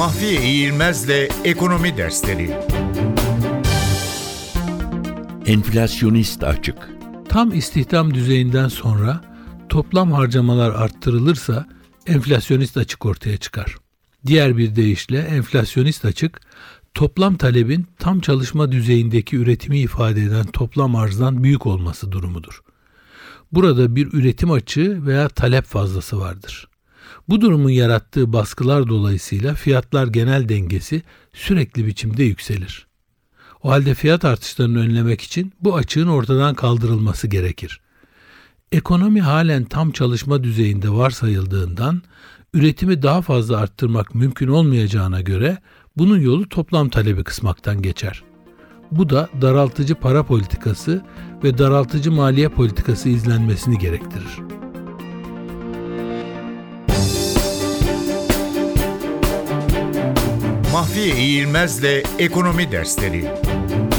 Mahfiye İğilmez'le Ekonomi Dersleri. Enflasyonist açık. Tam istihdam düzeyinden sonra toplam harcamalar arttırılırsa enflasyonist açık ortaya çıkar. Diğer bir deyişle enflasyonist açık, toplam talebin tam çalışma düzeyindeki üretimi ifade eden toplam arzdan büyük olması durumudur. Burada bir üretim açığı veya talep fazlası vardır. Bu durumun yarattığı baskılar dolayısıyla fiyatlar genel dengesi sürekli biçimde yükselir. O halde fiyat artışlarını önlemek için bu açığın ortadan kaldırılması gerekir. Ekonomi halen tam çalışma düzeyinde varsayıldığından üretimi daha fazla arttırmak mümkün olmayacağına göre bunun yolu toplam talebi kısmaktan geçer. Bu da daraltıcı para politikası ve daraltıcı maliye politikası izlenmesini gerektirir. Mahfiye İğilmez'le Ekonomi Dersleri.